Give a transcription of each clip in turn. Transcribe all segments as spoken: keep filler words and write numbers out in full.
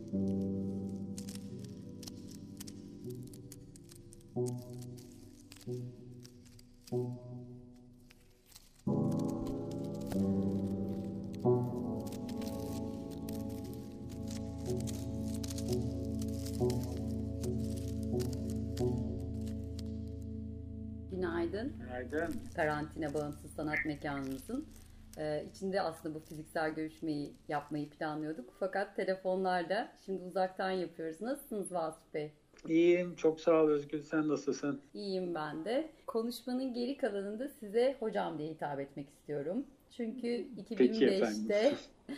Günaydın. Günaydın. Karantina bağımsız sanat mekanımızın e, içinde aslında bu fiziksel görüşmeyi yapmayı planlıyorduk. Fakat telefonlarla şimdi uzaktan yapıyoruz. Nasılsınız Vasıf Bey? İyiyim. Çok sağ ol Özgül. Sen nasılsın? İyiyim ben de. Konuşmanın geri kalanında size hocam diye hitap etmek istiyorum. Çünkü iki bin beşte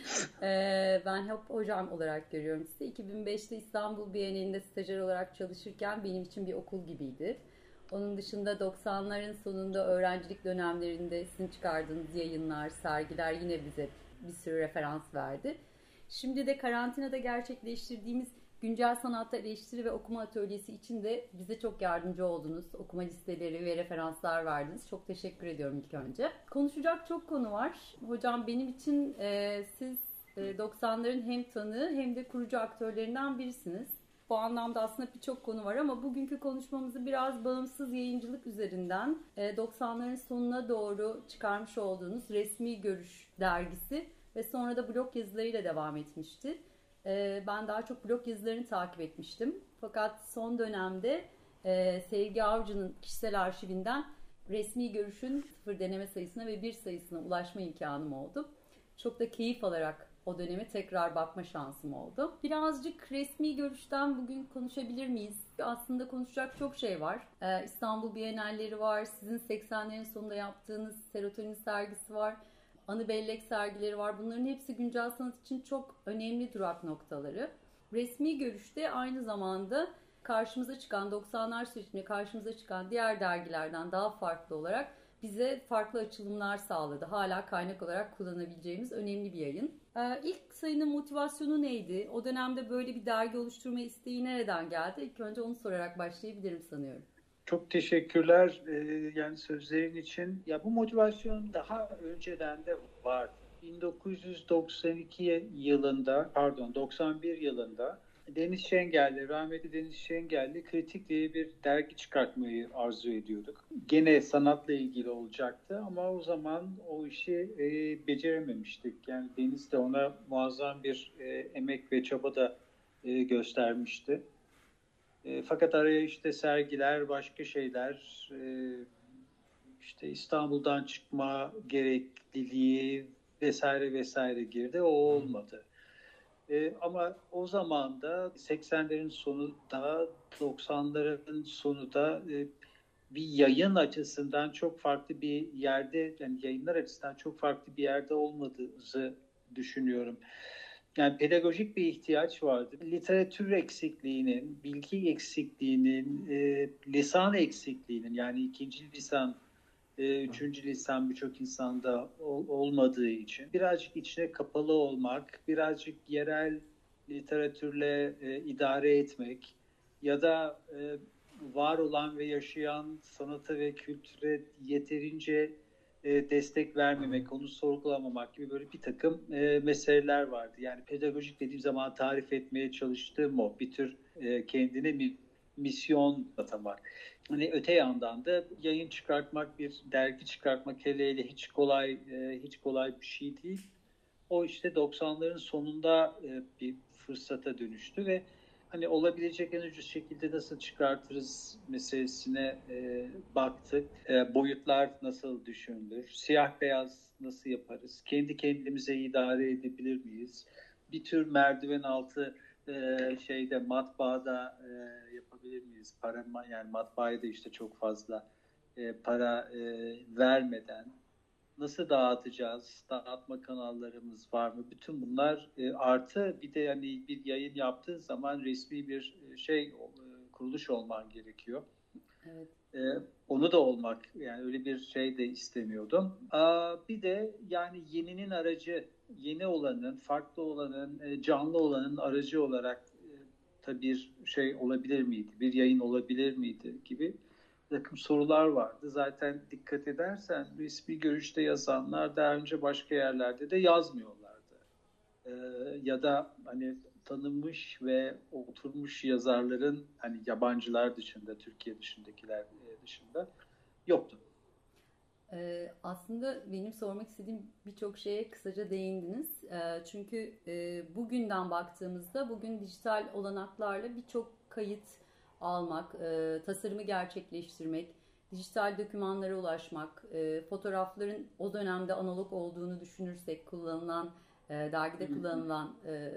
e, ben hep hocam olarak görüyorum sizi. iki bin beşte İstanbul Bienalinde stajyer olarak çalışırken benim için bir okul gibiydi. Onun dışında doksanların sonunda öğrencilik dönemlerinde sizin çıkardığınız yayınlar, sergiler yine bize bir sürü referans verdi. Şimdi de karantinada gerçekleştirdiğimiz güncel sanatta eleştiri ve okuma atölyesi için de bize çok yardımcı oldunuz. Okuma listeleri ve referanslar verdiniz. Çok teşekkür ediyorum ilk önce. Konuşacak çok konu var. Hocam benim için e, siz e, doksanların hem tanığı hem de kurucu aktörlerinden birisiniz. Bu anlamda aslında birçok konu var ama bugünkü konuşmamızı biraz bağımsız yayıncılık üzerinden doksanların sonuna doğru çıkarmış olduğunuz Resmi Görüş dergisi ve sonra da blog yazılarıyla devam etmişti. Ben daha çok blog yazılarını takip etmiştim. Fakat son dönemde Sevgi Avcı'nın kişisel arşivinden Resmi Görüş'ün sıfır deneme sayısına ve bir sayısına ulaşma imkanım oldu. Çok da keyif alarak o döneme tekrar bakma şansım oldu. Birazcık Resmi Görüş'ten bugün konuşabilir miyiz? Aslında konuşacak çok şey var. Ee, İstanbul Bienalleri var. Sizin seksenlerin sonunda yaptığınız Serotonin sergisi var. Anı Bellek sergileri var. Bunların hepsi güncel sanat için çok önemli durak noktaları. Resmi Görüş'te aynı zamanda karşımıza çıkan doksanlar sürecinde karşımıza çıkan diğer dergilerden daha farklı olarak bize farklı açılımlar sağladı. Hala kaynak olarak kullanabileceğimiz önemli bir yayın. Ee, ilk sayının motivasyonu neydi? O dönemde böyle bir dergi oluşturma isteği nereden geldi? İlk önce onu sorarak başlayabilirim sanıyorum. Çok teşekkürler ee, yani sözlerin için. Ya bu motivasyon daha önceden de vardı. bin dokuz yüz doksan iki yılında, pardon doksan bir yılında Deniz Şengel'le, rahmetli Deniz Şengel'le Kritik diye bir dergi çıkartmayı arzu ediyorduk. Gene sanatla ilgili olacaktı ama o zaman o işi e, becerememiştik. Yani Deniz de ona muazzam bir e, emek ve çaba da e, göstermişti. E, fakat araya işte sergiler, başka şeyler, e, işte İstanbul'dan çıkma gerekliliği vesaire vesaire girdi. O olmadı. Ee, ama o zaman da seksenlerin sonunda, doksanların sonunda e, bir yayın açısından çok farklı bir yerde, yani yayınlar açısından çok farklı bir yerde olmadığımızı düşünüyorum. Yani pedagojik bir ihtiyaç vardı. Literatür eksikliğinin, bilgi eksikliğinin, e, lisan eksikliğinin, yani ikinci lisan, e, üçüncü lisan birçok insanda ol, olmadığı için birazcık içine kapalı olmak, birazcık yerel literatürle e, idare etmek ya da e, var olan ve yaşayan sanata ve kültüre yeterince e, destek vermemek, onu sorgulamamak gibi böyle bir takım e, meseleler vardı. Yani pedagojik dediğim zaman tarif etmeye çalıştığım o, bir tür e, kendine bir misyon atamak. Hani öte yandan da yayın çıkartmak, bir dergi çıkartmak hele hele hiç kolay e, hiç kolay bir şey değil. O işte doksanların sonunda e, bir fırsata dönüştü ve hani olabilecek en ucuz şekilde nasıl çıkartırız meselesine e, baktık. E, boyutlar nasıl düşünülür? Siyah beyaz nasıl yaparız? Kendi kendimize idare edebilir miyiz? Bir tür merdiven altı e, şeyde matbaada e, yapabilir miyiz? Para, yani matbaaya da işte çok fazla e, para e, vermeden nasıl dağıtacağız? Dağıtma kanallarımız var mı? Bütün bunlar e, artı bir de yani bir yayın yaptığın zaman resmi bir şey e, kuruluş olman gerekiyor. Evet. E, onu da olmak, yani öyle bir şey de istemiyordum. Aa, bir de yani yeninin aracı, yeni olanın, farklı olanın, e, canlı olanın aracı olarak e, tabii bir şey olabilir miydi? Bir yayın olabilir miydi gibi takım sorular vardı. Zaten dikkat edersen resmi görüşte yazanlar daha önce başka yerlerde de yazmıyorlardı. Ee, ya da hani tanınmış ve oturmuş yazarların hani yabancılar dışında, Türkiye dışındakiler dışında yoktu. Ee, aslında benim sormak istediğim birçok şeye kısaca değindiniz. Ee, çünkü e, bugünden baktığımızda bugün dijital olanaklarla birçok kayıt almak, e, tasarımı gerçekleştirmek, dijital dokümanlara ulaşmak, e, fotoğrafların o dönemde analog olduğunu düşünürsek kullanılan, e, dergide kullanılan e,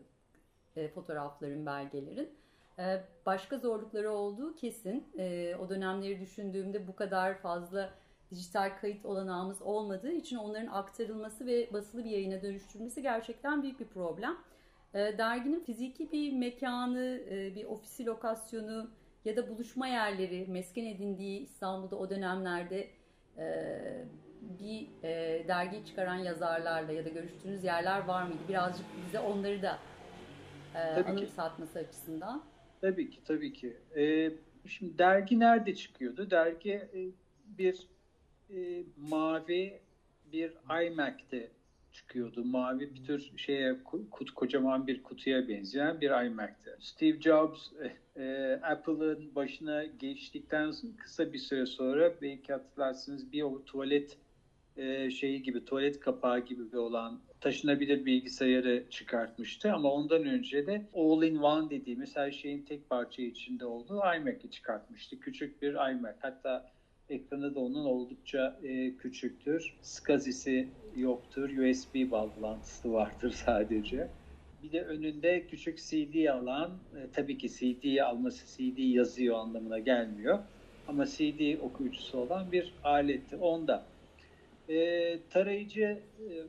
e, fotoğrafların, belgelerin e, başka zorlukları olduğu kesin. E, o dönemleri düşündüğümde bu kadar fazla dijital kayıt olanağımız olmadığı için onların aktarılması ve basılı bir yayına dönüştürülmesi gerçekten büyük bir problem. E, derginin fiziki bir mekanı, e, bir ofisi lokasyonu ya da buluşma yerleri, mesken edindiği İstanbul'da o dönemlerde e, bir e, dergi çıkaran yazarlarla ya da görüştüğünüz yerler var mıydı? Birazcık bize onları da e, anımsatması açısından. Tabii ki, tabii ki. Ee, şimdi dergi nerede çıkıyordu? Dergi e, bir e, mavi bir iMac'te çıkıyordu. Mavi bir tür şeye kut, kocaman bir kutuya benzeyen bir iMac'te. Steve Jobs e, e, Apple'ın başına geçtikten kısa bir süre sonra belki hatırlarsınız bir o tuvalet e, şeyi gibi, tuvalet kapağı gibi olan taşınabilir bilgisayarı çıkartmıştı. Ama ondan önce de all-in-one dediğimiz her şeyin tek parça içinde olduğu iMac'i çıkartmıştı. Küçük bir iMac. Hatta ekranı da onun oldukça e, küçüktür. SCSI'si yoktur. U S B bağlantısı vardır sadece. Bir de önünde küçük C D alan, e, tabii ki C D'yi alması C D yazıyor anlamına gelmiyor. Ama C D okuyucusu olan bir aletti. Onda e, tarayıcı e,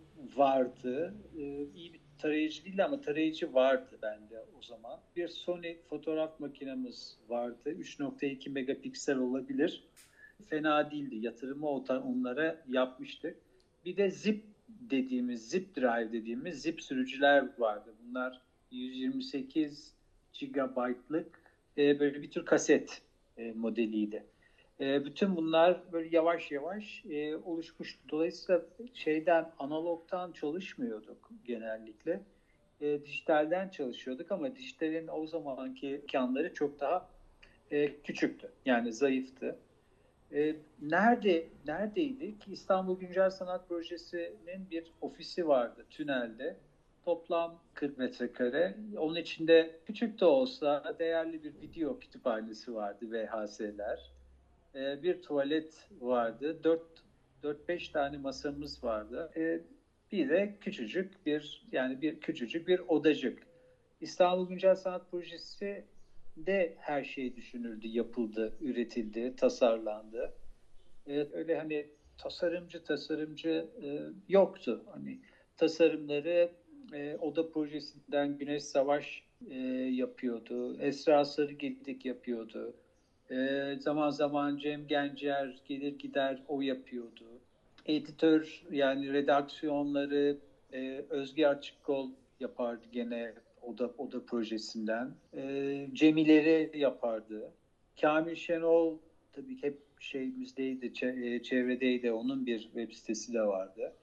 vardı. E, iyi bir tarayıcı değil ama tarayıcı vardı bende o zaman. Bir Sony fotoğraf makinemiz vardı. üç nokta iki megapiksel olabilir. Fena değildi. Yatırımı onlara yapmıştık. Bir de zip dediğimiz, zip drive dediğimiz zip sürücüler vardı. Bunlar yüz yirmi sekiz gigabaytlık e, böyle bir tür kaset e, modeliydi. E, bütün bunlar böyle yavaş yavaş e, oluşmuştu. Dolayısıyla şeyden, analogtan çalışmıyorduk genellikle. E, dijitalden çalışıyorduk ama dijitalin o zamanki imkanları çok daha e, küçüktü. Yani zayıftı. E, nerede neredeydik? İstanbul Güncel Sanat Projesi'nin bir ofisi vardı tünelde. Toplam kırk metrekare. Onun içinde küçük de olsa değerli bir video kütüphanesi vardı, V H S'ler. E, bir tuvalet vardı. dört beş tane masamız vardı. E, bir de küçücük bir yani bir küçücük bir odacık. İstanbul Güncel Sanat Projesi de her şey düşünüldü, yapıldı, üretildi, tasarlandı. E, öyle hani tasarımcı tasarımcı e, yoktu. Hani tasarımları e, Oda Projesi'nden Güneş Savaş e, yapıyordu. Esra Sarıgedik yapıyordu. E, zaman zaman Cem Gencer gelir gider o yapıyordu. Editör yani redaksiyonları e, Özge Açıkkol yapardı gene Oda, Oda Projesi'nden. E, Cemileri yapardı. Kamil Şenol tabii hep şeyimizdeydi, çevredeydi. Onun bir web sitesi de vardı.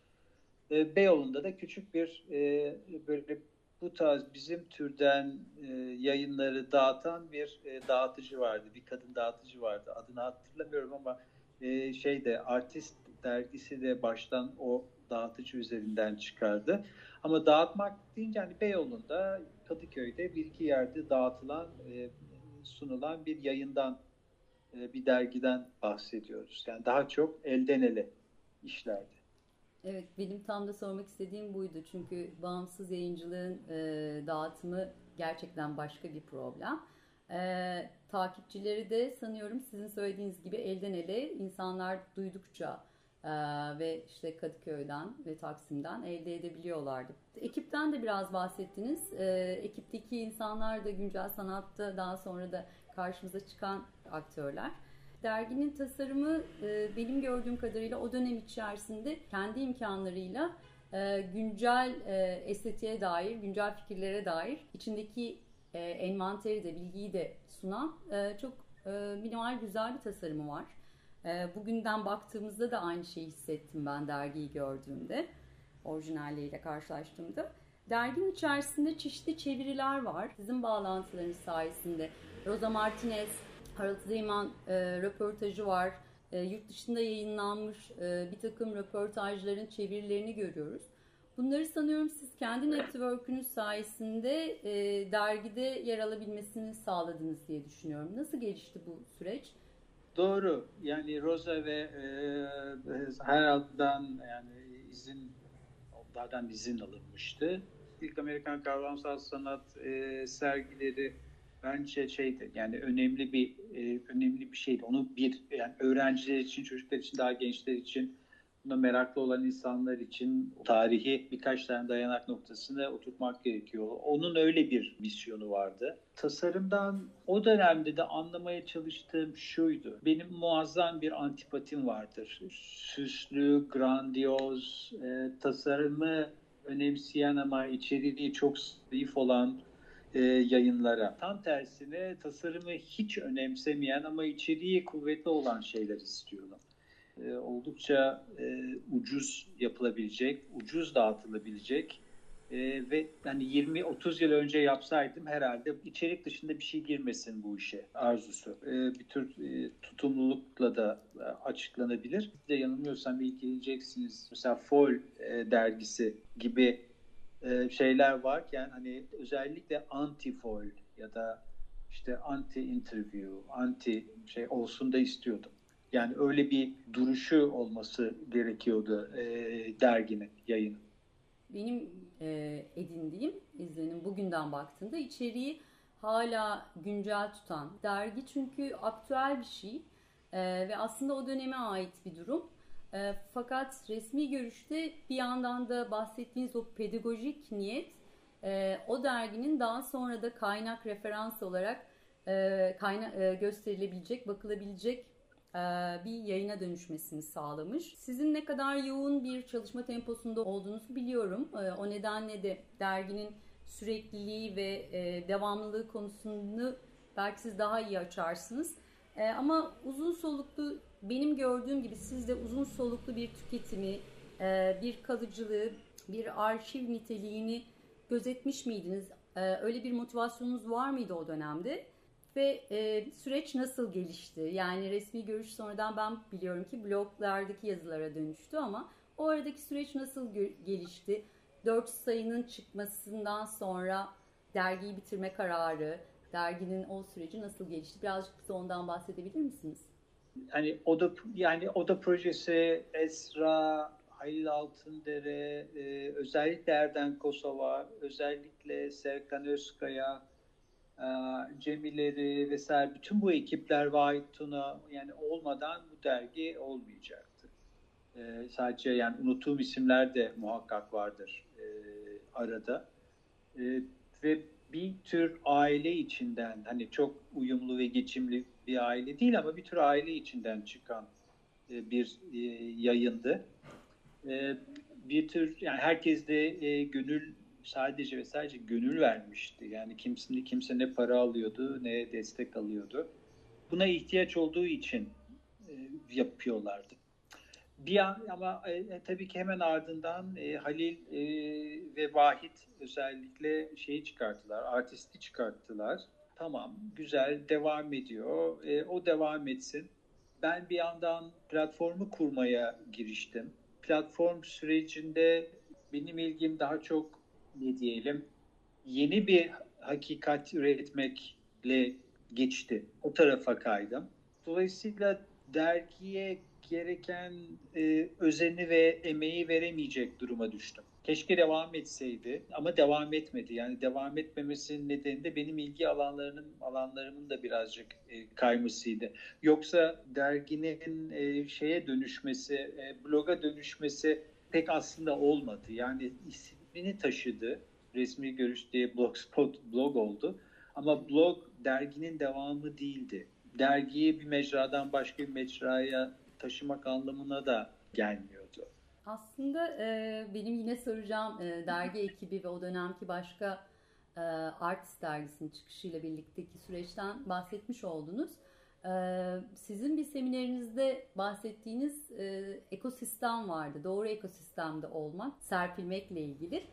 E, Beyoğlu'nda da küçük bir e, böyle bu tarz bizim türden e, yayınları dağıtan bir e, dağıtıcı vardı. Bir kadın dağıtıcı vardı. Adını hatırlamıyorum ama e, şeyde Artist dergisi de baştan o dağıtıcı üzerinden çıkardı. Ama dağıtmak deyince hani Beyoğlu'nda, Kadıköy'de bir iki yerde dağıtılan, e, sunulan bir yayından, e, bir dergiden bahsediyoruz. Yani daha çok elden ele işlerdi. Evet, benim tam da sormak istediğim buydu. Çünkü bağımsız yayıncılığın e, dağıtımı gerçekten başka bir problem. E, takipçileri de sanıyorum sizin söylediğiniz gibi elden ele insanlar duydukça e, ve işte Kadıköy'den ve Taksim'den elde edebiliyorlardı. Ekipten de biraz bahsettiniz. E, ekipteki insanlar da güncel sanatta daha sonra da karşımıza çıkan aktörler. Derginin tasarımı benim gördüğüm kadarıyla o dönem içerisinde kendi imkanlarıyla güncel estetiğe dair, güncel fikirlere dair içindeki envanteri de, bilgiyi de sunan çok minimal güzel bir tasarımı var. Bugünden baktığımızda da aynı şeyi hissettim ben dergiyi gördüğümde, orijinalleriyle karşılaştığımda. Derginin içerisinde çeşitli çeviriler var. Sizin bağlantılarınız sayesinde. Rosa Martinez, Harold Zeman e, röportajı var. E, yurt dışında yayınlanmış e, bir takım röportajların çevirilerini görüyoruz. Bunları sanıyorum siz kendi network'ünüz sayesinde e, dergide yer alabilmesini sağladınız diye düşünüyorum. Nasıl gelişti bu süreç? Doğru. Yani Rosa ve e, Harold'dan yani izin, onlardan izin alınmıştı. İlk Amerikan Kavramsal Sanat e, sergileri bence şeydi, yani önemli bir e, önemli bir şeydi. Onu bir yani öğrenciler için, çocuklar için, daha gençler için, buna meraklı olan insanlar için tarihi birkaç tane dayanak noktasına oturtmak gerekiyor. Onun öyle bir misyonu vardı. Tasarımdan o dönemde de anlamaya çalıştığım şuydu. Benim muazzam bir antipatim vardır. Süslü, grandiyoz, e, tasarımı önemseyen ama içeriği çok zayıf olan e, yayınlara. Tam tersine tasarımı hiç önemsemeyen ama içeriği kuvvetli olan şeyler istiyordum. E, oldukça e, ucuz yapılabilecek, ucuz dağıtılabilecek e, ve hani yirmi otuz yıl önce yapsaydım herhalde içerik dışında bir şey girmesin bu işe arzusu. E, bir tür e, tutumlulukla da e, açıklanabilir. Siz de yanılmıyorsam ilgileneceksiniz. Mesela Foil e, dergisi gibi e, şeyler varken hani özellikle anti-foil ya da işte anti-interview, anti şey olsun da istiyordum. Yani öyle bir duruşu olması gerekiyordu e, derginin, yayının. Benim e, edindiğim izlenim bugünden baktığımda içeriği hala güncel tutan dergi, çünkü aktüel bir şey e, ve aslında o döneme ait bir durum. E, fakat resmi görüşte bir yandan da bahsettiğiniz o pedagojik niyet e, o derginin daha sonra da kaynak referans olarak e, kayna, e, gösterilebilecek, bakılabilecek bir yayına dönüşmesini sağlamış. Sizin ne kadar yoğun bir çalışma temposunda olduğunuzu biliyorum. O nedenle de derginin sürekliliği ve devamlılığı konusunu belki siz daha iyi açarsınız. Ama uzun soluklu, benim gördüğüm gibi siz de uzun soluklu bir tüketimi, bir kalıcılığı, bir arşiv niteliğini gözetmiş miydiniz? Öyle bir motivasyonunuz var mıydı o dönemde? Ve e, süreç nasıl gelişti? Yani resmi görüş sonradan ben biliyorum ki bloglardaki yazılara dönüştü ama o aradaki süreç nasıl gelişti? Dört sayının çıkmasından sonra dergiyi bitirme kararı, derginin o süreci nasıl gelişti? Birazcık bize ondan bahsedebilir misiniz? Hani Oda, yani Oda projesi, Esra, Halil Altındere, e, özellikle Erden Kosova, özellikle Serkan Özkaya, Cemileri vesaire, bütün bu ekipler, Vahit Tuna, yani olmadan bu dergi olmayacaktı. Ee, sadece yani unuttuğum isimler de muhakkak vardır e, arada. E, ve bir tür aile içinden, hani çok uyumlu ve geçimli bir aile değil ama bir tür aile içinden çıkan e, bir e, yayındı. E, bir tür yani herkes de e, gönül sadece ve sadece gönül vermişti. Yani kimse, kimse ne para alıyordu ne destek alıyordu. Buna ihtiyaç olduğu için e, yapıyorlardı. Bir an, ama e, tabii ki hemen ardından e, Halil e, ve Vahit özellikle şeyi çıkarttılar, artisti çıkarttılar. Tamam, güzel, devam ediyor. E, o devam etsin. Ben bir yandan platformu kurmaya giriştim. Platform sürecinde benim ilgim daha çok ne diyelim yeni bir hakikat üretmekle geçti. O tarafa kaydım. Dolayısıyla dergiye gereken e, özeni ve emeği veremeyecek duruma düştüm. Keşke devam etseydi ama devam etmedi. Yani devam etmemesinin nedeni de benim ilgi alanlarının alanlarımın da birazcık e, kaymasıydı. Yoksa derginin e, şeye dönüşmesi, e, bloga dönüşmesi pek aslında olmadı. Yani ismini taşıdı. Resmi Görüş diye Blogspot blog oldu. Ama blog derginin devamı değildi. Dergiyi bir mecradan başka bir mecraya taşımak anlamına da gelmiyordu. Aslında e, benim yine soracağım e, dergi ekibi ve o dönemki başka e, Artist dergisinin çıkışıyla birlikteki süreçten bahsetmiş oldunuz. E, sizin bir seminerinizde bahsettiğiniz e, ekosistem vardı. Doğru ekosistemde olmak, serpilmekle ilgili.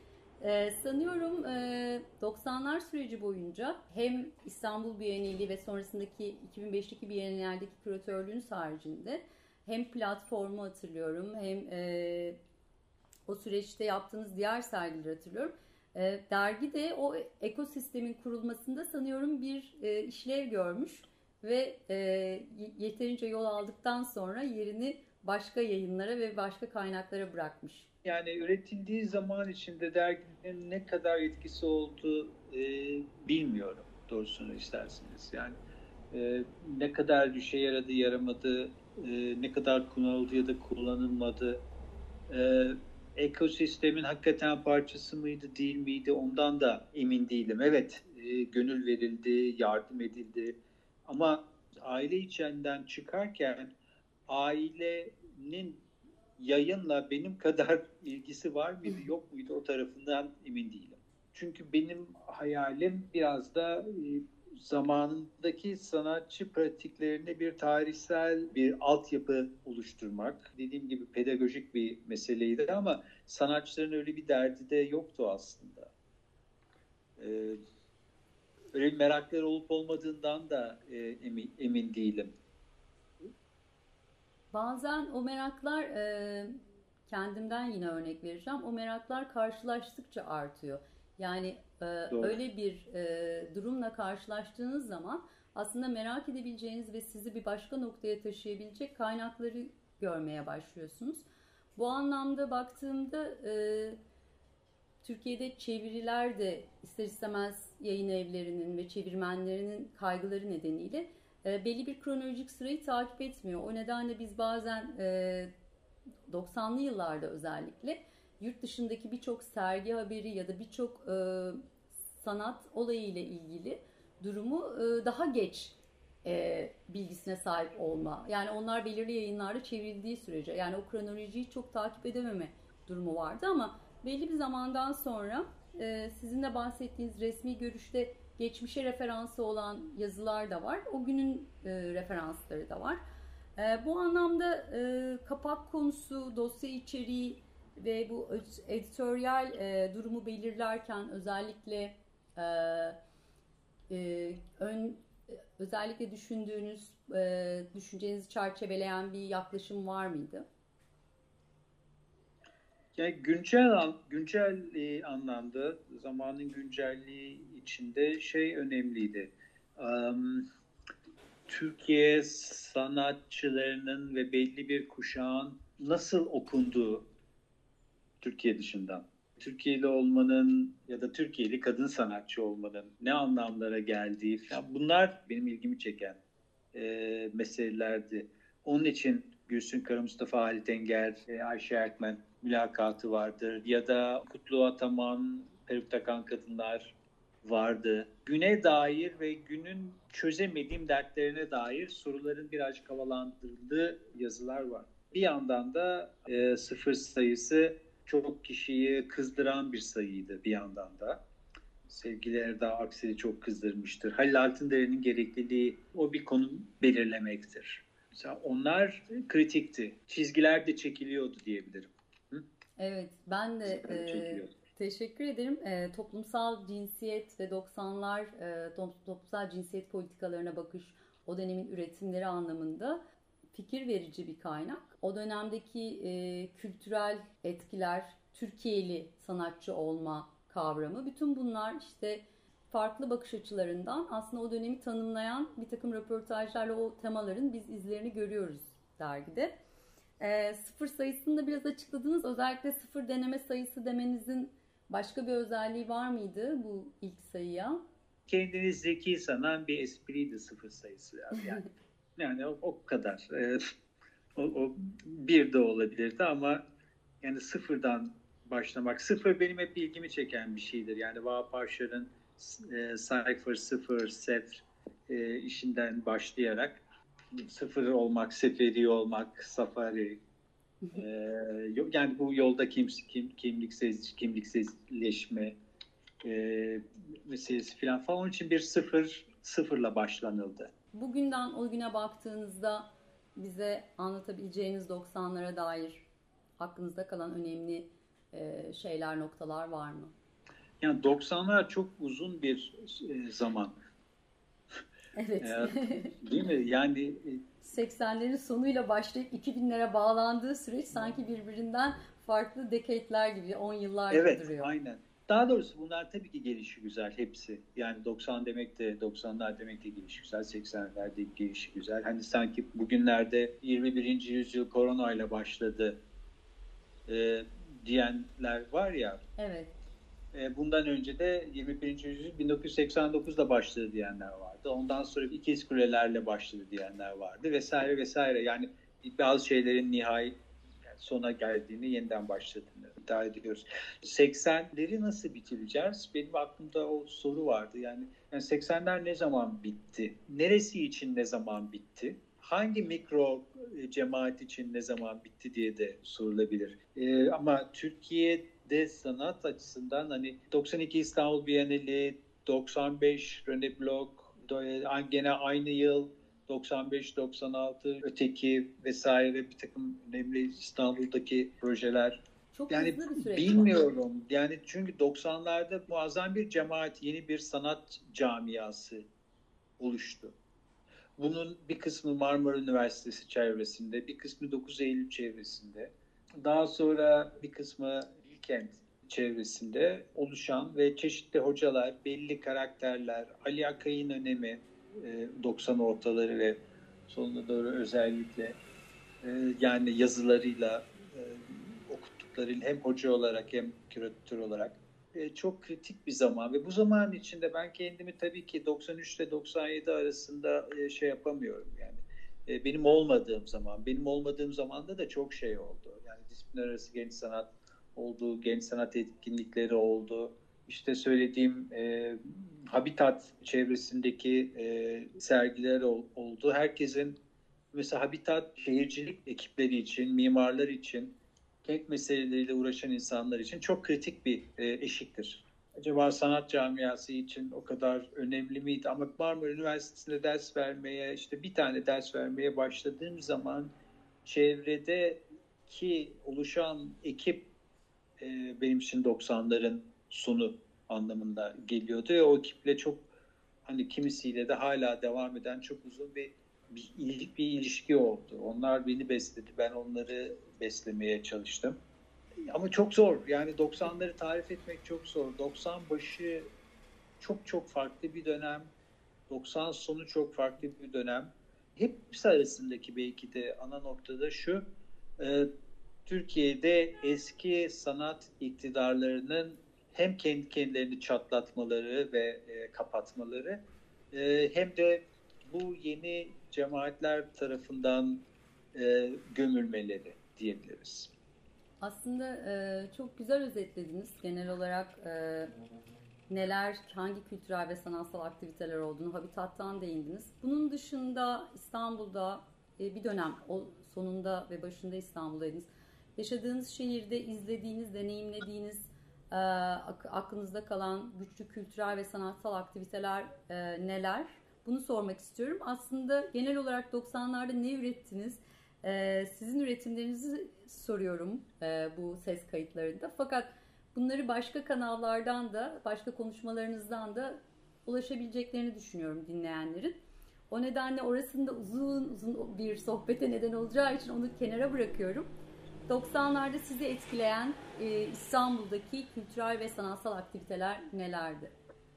Ee, sanıyorum e, doksanlar süreci boyunca hem İstanbul Bienali ve sonrasındaki iki bin beşteki Bienal'deki küratörlüğünüz haricinde hem platformu hatırlıyorum hem e, o süreçte yaptığınız diğer sergileri hatırlıyorum. E, dergi de o ekosistemin kurulmasında sanıyorum bir e, işlev görmüş ve e, yeterince yol aldıktan sonra yerini başka yayınlara ve başka kaynaklara bırakmış. Yani üretildiği zaman içinde derginin ne kadar etkisi olduğu e, bilmiyorum doğrusunu isterseniz. Yani e, ne kadar işe yaradı, yaramadı, e, ne kadar kullanıldı ya da kullanılmadı. E, ekosistemin hakikaten parçası mıydı, değil miydi ondan da emin değilim. Evet, e, gönül verildi, yardım edildi ama aile içinden çıkarken ailenin yayınla benim kadar ilgisi var mıydı yok muydu o tarafından emin değilim. Çünkü benim hayalim biraz da e, zamanındaki sanatçı pratiklerine bir tarihsel bir altyapı oluşturmak. Dediğim gibi pedagojik bir meseleydi ama sanatçıların öyle bir derdi de yoktu aslında. Ee, öyle bir merakları olup olmadığından da e, emin, emin değilim. Bazen o meraklar, e, kendimden yine örnek vereceğim, o meraklar karşılaştıkça artıyor. Yani e, öyle bir e, durumla karşılaştığınız zaman aslında merak edebileceğiniz ve sizi bir başka noktaya taşıyabilecek kaynakları görmeye başlıyorsunuz. Bu anlamda baktığımda e, Türkiye'de çeviriler de ister istemez yayın evlerinin ve çevirmenlerinin kaygıları nedeniyle e, belli bir kronolojik sırayı takip etmiyor. O nedenle biz bazen e, doksanlı yıllarda özellikle yurt dışındaki birçok sergi haberi ya da birçok e, sanat olayı ile ilgili durumu e, daha geç e, bilgisine sahip olma. Yani onlar belirli yayınlarda çevrildiği sürece, yani o kronolojiyi çok takip edememe durumu vardı ama belli bir zamandan sonra e, sizin de bahsettiğiniz resmi görüşte geçmişe referansı olan yazılar da var. O günün e, referansları da var. E, bu anlamda e, kapak konusu, dosya içeriği ve bu editoryal e, durumu belirlerken özellikle e, e, ön, özellikle düşündüğünüz, e, düşüncenizi çerçeveleyen bir yaklaşım var mıydı? Yani güncel güncel e, anlamda zamanın güncelliği içinde şey önemliydi. Um, Türkiye sanatçılarının ve belli bir kuşağın nasıl okunduğu Türkiye dışından. Türkiye'li olmanın ya da Türkiye'li kadın sanatçı olmanın ne anlamlara geldiği falan bunlar benim ilgimi çeken e, meselelerdi. Onun için Gülsün Kara Mustafa, Halit Enger, e, Ayşe Erkmen mülakatı vardır. Ya da Kutlu Ataman, Peruk Takan Kadınlar vardı. Güne dair ve günün çözemediğim dertlerine dair soruların birazcık havalandırıldığı yazılar var. Bir yandan da e, sıfır sayısı çok kişiyi kızdıran bir sayıydı bir yandan da. Sevgili Erdağ Aksel'i çok kızdırmıştır. Halil Altındere'nin gerekliliği o bir konu belirlemektir. Mesela onlar kritikti. Çizgiler de çekiliyordu diyebilirim. Hı? Evet, ben de e, teşekkür ederim. E, toplumsal cinsiyet ve doksanlar e, toplumsal cinsiyet politikalarına bakış, o dönemin üretimleri anlamında fikir verici bir kaynak. O dönemdeki e, kültürel etkiler, Türkiye'li sanatçı olma kavramı, bütün bunlar işte farklı bakış açılarından aslında o dönemi tanımlayan bir takım röportajlarla o temaların biz izlerini görüyoruz dergide. E, sıfır sayısını da biraz açıkladınız. Özellikle sıfır deneme sayısı demenizin başka bir özelliği var mıydı bu ilk sayıya? Kendini zeki sanan bir espriydi sıfır sayısı. Yani, yani o, o kadar. E, o, o bir de olabilirdi ama yani sıfırdan başlamak. Sıfır benim hep ilgimi çeken bir şeydir. Yani Vahap Arşar'ın e, Cypher, sıfır, sefr e, işinden başlayarak sıfır olmak, seferi olmak, safari. e, yani bu yolda kim, kim, kimliksiz, kimliksizleşme e, meselesi falan falan. Onun için bir sıfır, sıfırla başlanıldı. Bugünden o güne baktığınızda bize anlatabileceğiniz doksanlara dair aklınızda kalan önemli e, şeyler, noktalar var mı? Yani doksanlar çok uzun bir e, zaman. Evet. E, değil mi? Yani seksenlerin sonuyla başlayıp iki binlere bağlandığı süreç sanki birbirinden farklı decade'ler gibi, on yıllar gibi evet, duruyor. Aynen. Daha doğrusu bunlar tabii ki gelişi güzel hepsi. Yani doksan demek de doksanlar demek de gelişi güzel, seksenlerde gelişi güzel. Hani sanki bugünlerde yirmi birinci yüzyıl koronayla başladı e, diyenler var ya. Evet. E, bundan önce de yirmi birinci yüzyıl bin dokuz yüz seksen dokuzda başladı diyenler vardı. Ondan sonra ikiz kulelerle başladı diyenler vardı vesaire vesaire. Yani bazı şeylerin nihai sona geldiğini, yeniden başladığını iddia ediyoruz. seksenleri nasıl bitireceğiz? Benim aklımda o soru vardı. Yani, yani seksenler ne zaman bitti? Neresi için ne zaman bitti? Hangi mikro cemaat için ne zaman bitti diye de sorulabilir. Ee, ama Türkiye'de sanat açısından hani doksan iki İstanbul Bienali, doksan beş Rene Bloch, gene aynı yıl doksan beş doksan altı öteki vesaire bir takım önemli İstanbul'daki projeler. Çok yani hızlı bir süreç bilmiyorum. Var. Yani çünkü doksanlarda muazzam bir cemaat, yeni bir sanat camiası oluştu. Bunun bir kısmı Marmara Üniversitesi çevresinde, bir kısmı dokuz Eylül çevresinde, daha sonra bir kısmı Bilkent çevresinde oluşan ve çeşitli hocalar, belli karakterler, Ali Akay'ın önemi, doksan ortaları ve sonuna doğru özellikle yani yazılarıyla, okuttuklarıyla hem hoca olarak hem küratör olarak çok kritik bir zaman ve bu zaman içinde ben kendimi tabii ki doksan üç ile doksan yedi arasında şey yapamıyorum yani. Benim olmadığım zaman, benim olmadığım zamanda da çok şey oldu. Yani disiplinler arası genç sanat oldu, genç sanat etkinlikleri oldu. İşte söylediğim e, Habitat çevresindeki e, sergiler ol, oldu. Herkesin mesela Habitat şehircilik ekipleri için, mimarlar için, kent meseleleriyle uğraşan insanlar için çok kritik bir e, eşiktir. Acaba sanat camiası için o kadar önemli miydi? Ama Marmara Üniversitesi'nde ders vermeye, işte bir tane ders vermeye başladığım zaman çevredeki oluşan ekip e, benim için doksanların sonu anlamında geliyordu ve o ekiple çok hani kimisiyle de hala devam eden çok uzun bir bir, il, bir ilişki oldu. Onlar beni besledi, ben onları beslemeye çalıştım. Ama çok zor. Yani doksanları tarif etmek çok zor. doksan başı çok çok farklı bir dönem. doksan sonu çok farklı bir dönem. Hepsi arasındaki belki de ana noktada şu. E, Türkiye'de eski sanat iktidarlarının hem kendi kendilerini çatlatmaları ve e, kapatmaları e, hem de bu yeni cemaatler tarafından e, gömülmeleri diyebiliriz. Aslında e, çok güzel özetlediniz. Genel olarak e, neler, hangi kültürel ve sanatsal aktiviteler olduğunu, Habitat'tan değindiniz. Bunun dışında İstanbul'da e, bir dönem, o sonunda ve başında İstanbul'daydınız. Yaşadığınız şehirde izlediğiniz, deneyimlediğiniz, e, aklınızda kalan güçlü kültürel ve sanatsal aktiviteler e, neler? Bunu sormak istiyorum. Aslında genel olarak doksanlarda ne ürettiniz? Ee, sizin üretimlerinizi soruyorum e, bu ses kayıtlarında. Fakat bunları başka kanallardan da, başka konuşmalarınızdan da ulaşabileceklerini düşünüyorum dinleyenlerin. O nedenle orasında uzun uzun bir sohbete neden olacağı için onu kenara bırakıyorum. doksanlarda sizi etkileyen e, İstanbul'daki kültürel ve sanatsal aktiviteler nelerdi?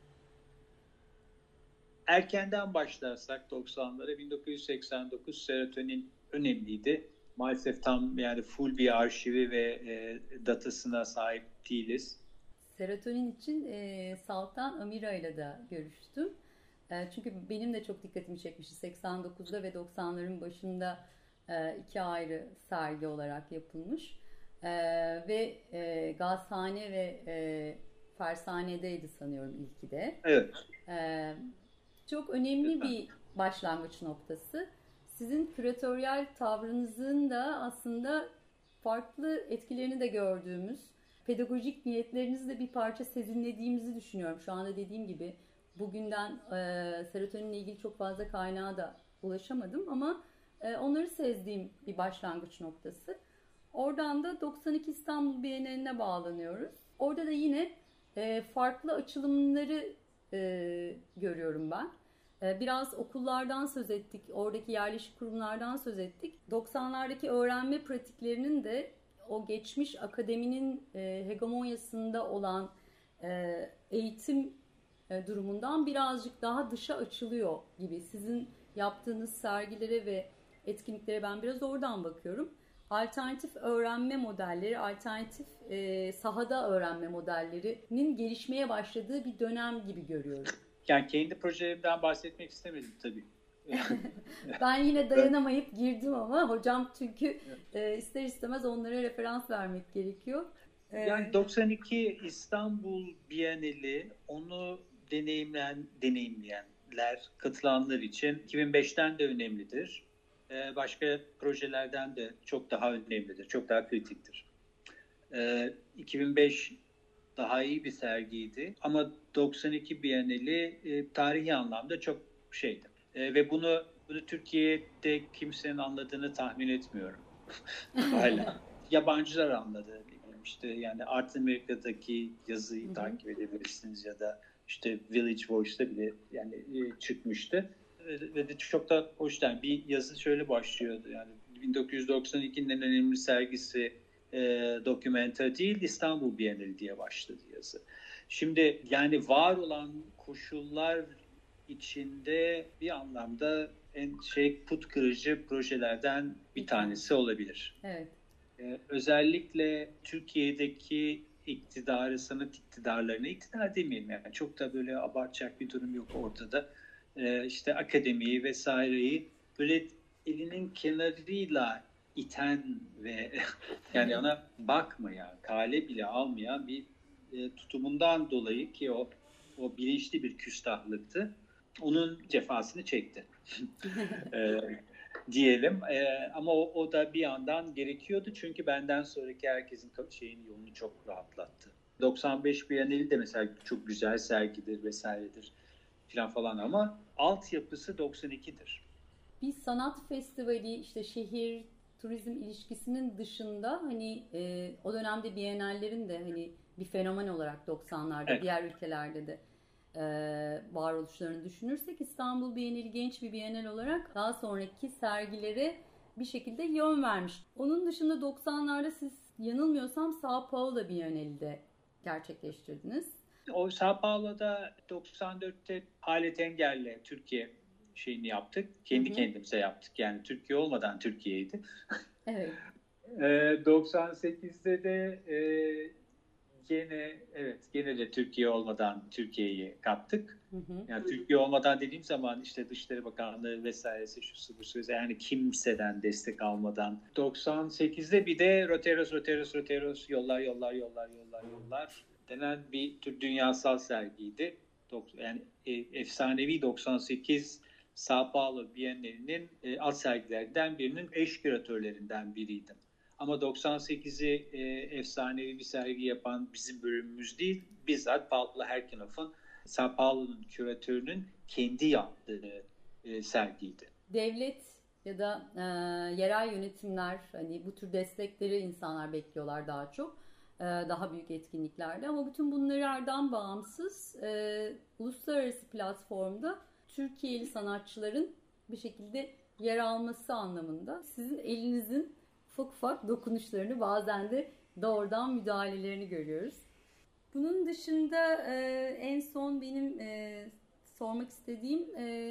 Erkenden başlarsak doksanlara, bin dokuz yüz seksen dokuz Serotonin önemliydi. Maalesef tam yani full bir arşivi ve e, datasına sahip değiliz. Serotonin için e, Saltan Amira ile de görüştüm. E, çünkü benim de çok dikkatimi çekmişti. seksen dokuzda ve doksanların başında e, iki ayrı sergi olarak yapılmış. E, ve e, Gazhane ve e, Fersane'deydi sanıyorum ilki de. Evet. E, çok önemli bir başlangıç noktası. Sizin küratöryal tavrınızın da aslında farklı etkilerini de gördüğümüz, pedagojik niyetlerinizi de bir parça sezinlediğimizi düşünüyorum. Şu anda dediğim gibi bugünden e, serotoninle ilgili çok fazla kaynağa da ulaşamadım ama e, onları sezdiğim bir başlangıç noktası. Oradan da doksan iki İstanbul Bienali'ne bağlanıyoruz. Orada da yine e, farklı açılımları e, görüyorum ben. E, biraz okullardan söz ettik, oradaki yerleşik kurumlardan söz ettik. doksanlardaki öğrenme pratiklerinin de o geçmiş akademinin e, hegemonyasında olan e, eğitim e, durumundan birazcık daha dışa açılıyor gibi. Sizin yaptığınız sergilere ve etkinliklere ben biraz oradan bakıyorum. Alternatif öğrenme modelleri, alternatif e, sahada öğrenme modellerinin gelişmeye başladığı bir dönem gibi görüyorum. Yani kendi projelerimden bahsetmek istemedim tabii. Ben yine dayanamayıp girdim ama hocam çünkü e, ister istemez onlara referans vermek gerekiyor. E, yani doksan iki İstanbul Bienali, onu deneyimleyen, deneyimleyenler, katılanlar için iki bin beşten de önemlidir. E, başka projelerden de çok daha önemlidir, çok daha kritiktir. E, iki bin beş daha iyi bir sergiydi ama doksan iki Bienali e, tarihi anlamda çok şeydi. E, ve bunu bunu Türkiye'de kimsenin anladığını tahmin etmiyorum. Hala. Yabancılar anladı. İşte yani Art Amerika'daki yazıyı Hı-hı. takip edebilirsiniz ya da işte Village Voice'da bile yani e, çıkmıştı. E, ve de çok da hoş. Yani bir yazı şöyle başlıyordu. Yani bin dokuz yüz doksan ikinin en önemli sergisi e, Documenta değil, İstanbul Bienali diye başladı yazı. Şimdi yani var olan koşullar içinde bir anlamda en şey put kırıcı projelerden bir tanesi olabilir. Evet. Ee, özellikle Türkiye'deki iktidarı, sanat iktidarlarına, iktidar demeyelim yani çok da böyle abartacak bir durum yok ortada. Ee, işte akademiyi vesaireyi böyle elinin kenarıyla iten ve yani ona bakmayan, kale bile almayan bir e, tutumundan dolayı ki o o bilinçli bir küstahlıktı. Onun cefasını çekti. e, diyelim. E, ama o, o da bir yandan gerekiyordu çünkü benden sonraki herkesin şeyin yolunu çok rahatlattı. doksan beş Bienali de mesela çok güzel sergidir vesairedir falan falan ama altyapısı doksan ikidir. Bir sanat festivali işte şehir turizm ilişkisinin dışında hani e, o dönemde Bienallerin de hani bir fenomen olarak doksanlarda evet. Diğer ülkelerde de e, varoluşlarını düşünürsek İstanbul Bienali genç bir bienal olarak daha sonraki sergilere bir şekilde yön vermiş. Onun dışında doksanlarda siz yanılmıyorsam Sao Paulo Bienali'de gerçekleştirdiniz. O Sao Paulo'da doksan dörtte alet engelle Türkiye şeyini yaptık. Kendi Hı-hı. kendimize yaptık. Yani Türkiye olmadan Türkiye'ydi. Evet. e, doksan sekizde de e, gene evet gene de Türkiye olmadan Türkiye'yi kaptık. Hı hı. Yani Türkiye olmadan dediğim zaman işte Dışişleri Bakanlığı vesairesi şusu busu yani kimseden destek almadan. doksan sekizde bir de Roteros Roteros Roteros yollar yollar yollar yollar yollar denen bir tür dünyasal sergiydi. Yani e, efsanevi doksan sekiz Sao Paulo Bienali'nin e, alt sergilerden birinin eş küratörlerinden biriydim. Ama doksan sekizi e, efsanevi bir sergi yapan bizim bölümümüz değil, bizzat Pablo Herkenov'un Sao Paulo'nun küratörünün kendi yaptığı e, sergiydi. Devlet ya da e, yerel yönetimler hani bu tür destekleri insanlar bekliyorlar daha çok. E, daha büyük etkinliklerde ama bütün bunlardan bağımsız e, uluslararası platformda Türkiye'li sanatçıların bir şekilde yer alması anlamında sizin elinizin ufak ufak dokunuşlarını bazen de doğrudan müdahalelerini görüyoruz. Bunun dışında e, en son benim e, sormak istediğim e,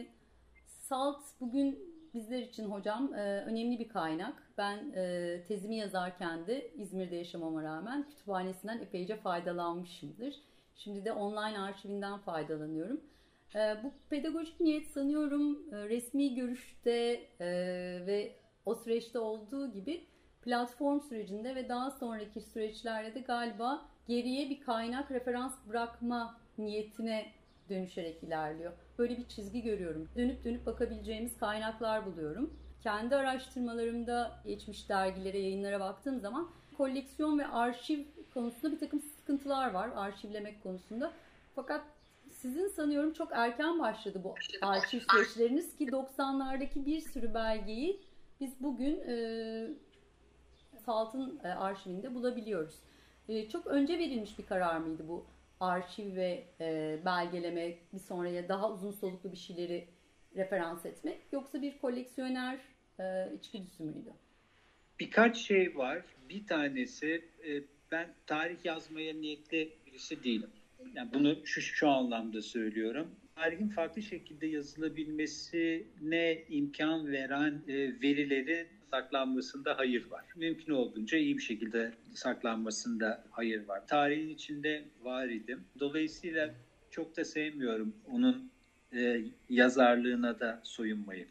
SALT bugün bizler için hocam e, önemli bir kaynak. Ben e, tezimi yazarken de İzmir'de yaşamama rağmen kütüphanesinden epeyce faydalanmışımdır. Şimdi de online arşivinden faydalanıyorum. E, bu pedagojik niyet sanıyorum e, resmi görüşte e, ve o süreçte olduğu gibi platform sürecinde ve daha sonraki süreçlerde de galiba geriye bir kaynak referans bırakma niyetine dönüşerek ilerliyor. Böyle bir çizgi görüyorum. Dönüp dönüp bakabileceğimiz kaynaklar buluyorum. Kendi araştırmalarımda geçmiş dergilere, yayınlara baktığım zaman koleksiyon ve arşiv konusunda bir takım sıkıntılar var. Arşivlemek konusunda. Fakat sizin sanıyorum çok erken başladı bu arşiv süreçleriniz ki doksanlardaki bir sürü belgeyi biz bugün e, SALT'ın e, arşivinde bulabiliyoruz. E, çok önce verilmiş bir karar mıydı bu arşiv ve e, belgeleme, bir sonraya daha uzun soluklu bir şeyleri referans etmek, yoksa bir koleksiyoner e, içgüdüsü müydü? Birkaç şey var. Bir tanesi, e, ben tarih yazmaya niyetli birisi değilim. Yani bunu şu, şu anlamda söylüyorum. Tarihin farklı şekilde yazılabilmesine imkan veren e, verileri saklanmasında hayır var. Mümkün olduğunca iyi bir şekilde saklanmasında hayır var. Tarihin içinde var idim. Dolayısıyla çok da sevmiyorum onun e, yazarlığına da soyunmayı.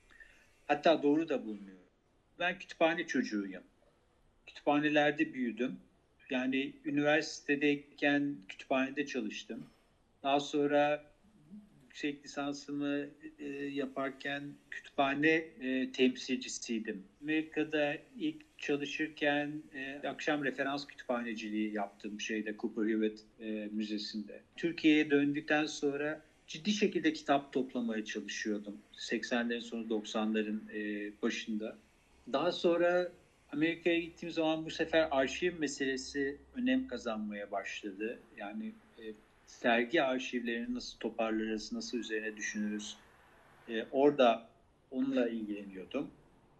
Hatta doğru da bulmuyorum. Ben kütüphane çocuğuyum. Kütüphanelerde büyüdüm. Yani üniversitedeyken kütüphanede çalıştım. Daha sonra yüksek lisansımı e, yaparken kütüphane e, temsilcisiydim. Amerika'da ilk çalışırken e, akşam referans kütüphaneciliği yaptım şeyde Cooper Hewitt e, Müzesi'nde. Türkiye'ye döndükten sonra ciddi şekilde kitap toplamaya çalışıyordum. seksenlerin sonu doksanların e, başında. Daha sonra Amerika'ya gittiğim zaman bu sefer arşiv meselesi önem kazanmaya başladı. Yani e, sergi arşivlerini nasıl toparlarız, nasıl üzerine düşünürüz. E, orada onunla ilgileniyordum.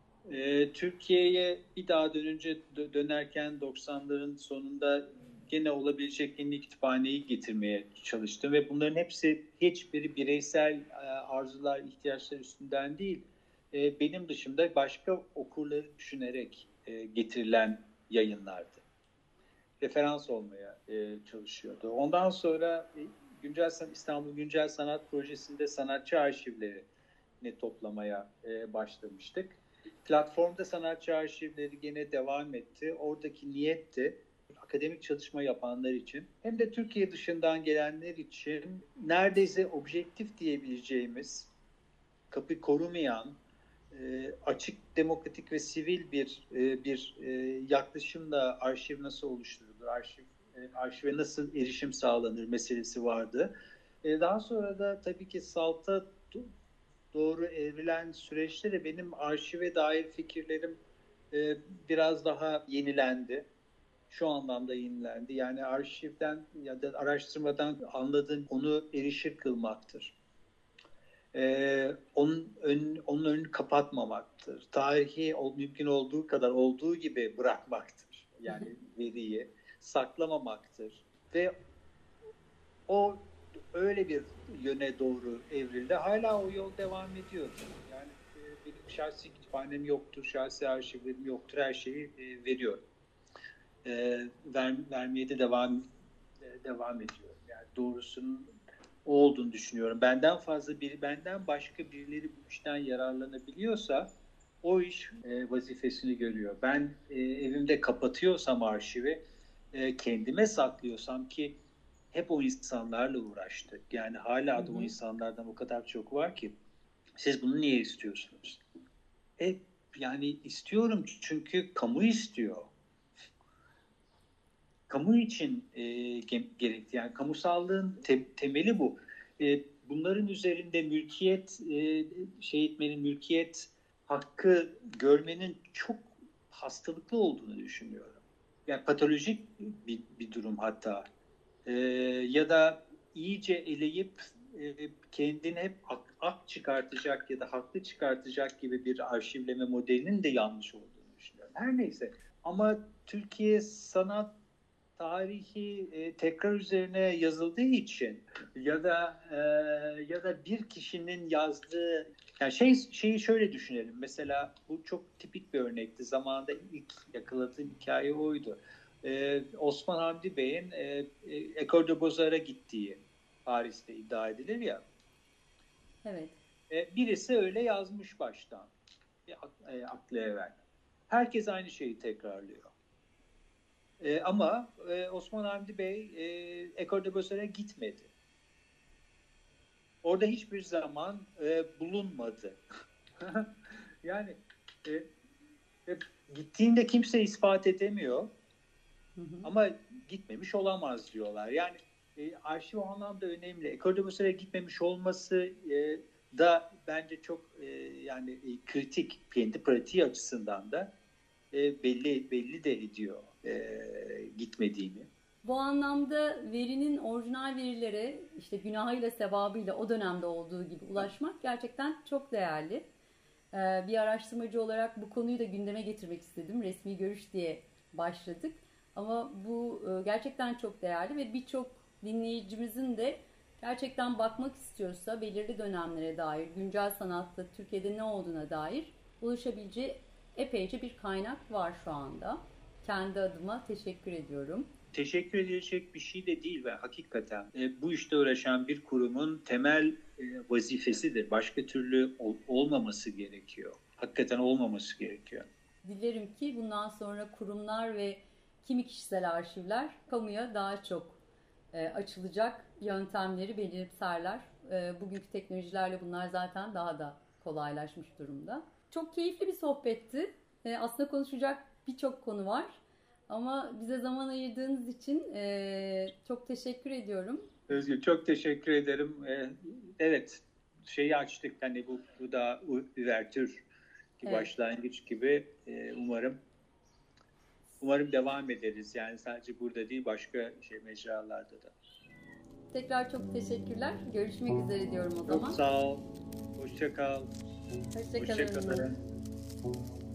E, Türkiye'ye bir daha dönünce dönerken doksanların sonunda gene olabilecek en iyi kütüphaneyi getirmeye çalıştım ve bunların hepsi hiçbiri bireysel arzular, ihtiyaçlar üstünden değil, benim dışımda başka okurları düşünerek getirilen yayınlardı. Referans olmaya çalışıyordu. Ondan sonra Güncel İstanbul Güncel Sanat Projesi'nde sanatçı arşivlerini toplamaya başlamıştık. Platformda sanatçı arşivleri gene devam etti. Oradaki niyetti akademik çalışma yapanlar için hem de Türkiye dışından gelenler için neredeyse objektif diyebileceğimiz, kapı korumayan, açık, demokratik ve sivil bir bir yaklaşımla arşiv nasıl oluşturulur, arşiv arşive nasıl erişim sağlanır meselesi vardı. Daha sonra da tabii ki salta doğru evrilen süreçte de benim arşive dair fikirlerim biraz daha yenilendi. Şu anlamda yenilendi. Yani arşivden ya da araştırmadan anladığım onu erişir kılmaktır. Ee, onun, ön, onun önünü kapatmamaktır. Tarihi mümkün olduğu kadar olduğu gibi bırakmaktır. Yani veriyi saklamamaktır. Ve o öyle bir yöne doğru evrildi. Hala o yol devam ediyor. Yani e, benim şahsi kütüphanem yoktur, şahsi arşivlerim yoktur. Her şeyi e, veriyorum. E, ver, vermeye de devam e, devam ediyorum. Yani doğrusunun o olduğunu düşünüyorum. Benden fazla bir, benden başka birileri bu işten yararlanabiliyorsa o iş e, vazifesini görüyor. Ben e, evimde kapatıyorsam arşivi, e, kendime saklıyorsam ki hep o insanlarla uğraştık. Yani hala da o insanlardan o kadar çok var ki siz bunu niye istiyorsunuz? E, yani istiyorum çünkü kamu istiyor. Kamu için e, gerekli. Yani kamusallığın te, temeli bu. E, bunların üzerinde mülkiyet e, şey etmenin, mülkiyet hakkı görmenin çok hastalıklı olduğunu düşünüyorum. Yani patolojik bir, bir durum hatta. E, ya da iyice eleyip e, kendini hep ak, ak çıkartacak ya da haklı çıkartacak gibi bir arşivleme modelinin de yanlış olduğunu düşünüyorum. Her neyse. Ama Türkiye sanat tarihi e, tekrar üzerine yazıldığı için ya da e, ya da bir kişinin yazdığı, yani şey şeyi şöyle düşünelim. Mesela bu çok tipik bir örnekti. Zamanında ilk yakaladığım hikaye oydu. E, Osman Hamdi Bey'in e, e, École de Beaux-Arts'a gittiği Paris'te iddia edilir ya. Evet. E, birisi öyle yazmış baştan. E, aklı evvel. Herkes aynı şeyi tekrarlıyor. E, ama e, Osman Hamdi Bey e, École de Beaux-Arts'a gitmedi. Orada hiçbir zaman e, bulunmadı. yani e, e, gittiğinde kimse ispat edemiyor. Hı hı. Ama gitmemiş olamaz diyorlar. Yani e, arşiv o anlamda önemli. École de Beaux-Arts'a gitmemiş olması e, da bence çok e, yani e, kritik, kendi pratiği açısından da e, belli belli de ediyor e, gitmediğini. Bu anlamda verinin orijinal verilere işte günahıyla sevabıyla o dönemde olduğu gibi ulaşmak gerçekten çok değerli. Bir araştırmacı olarak bu konuyu da gündeme getirmek istedim. Resmi görüş diye başladık. Ama bu gerçekten çok değerli ve birçok dinleyicimizin de gerçekten bakmak istiyorsa belirli dönemlere dair, güncel sanatta Türkiye'de ne olduğuna dair ulaşabileceği epeyce bir kaynak var şu anda. Kendi adıma teşekkür ediyorum. Teşekkür edilecek bir şey de değil ve hakikaten e, bu işte uğraşan bir kurumun temel e, vazifesidir. Başka türlü ol, olmaması gerekiyor. Hakikaten olmaması gerekiyor. Dilerim ki bundan sonra kurumlar ve kimi kişisel arşivler kamuya daha çok e, açılacak yöntemleri benimserler. E, bugünkü teknolojilerle bunlar zaten daha da kolaylaşmış durumda. Çok keyifli bir sohbetti. E, aslında konuşacak birçok konu var. Ama bize zaman ayırdığınız için e, çok teşekkür ediyorum. Özgür, çok teşekkür ederim. E, evet, şeyi açtık. Hani bu, bu da üvertür, evet. Başlangıç gibi. E, umarım umarım devam ederiz. Yani sadece burada değil, başka şey mecralarda da. Tekrar çok teşekkürler. Görüşmek üzere diyorum o zaman. Çok sağ ol. Hoşça kal. Hoşça kalın. Hoşça kalın.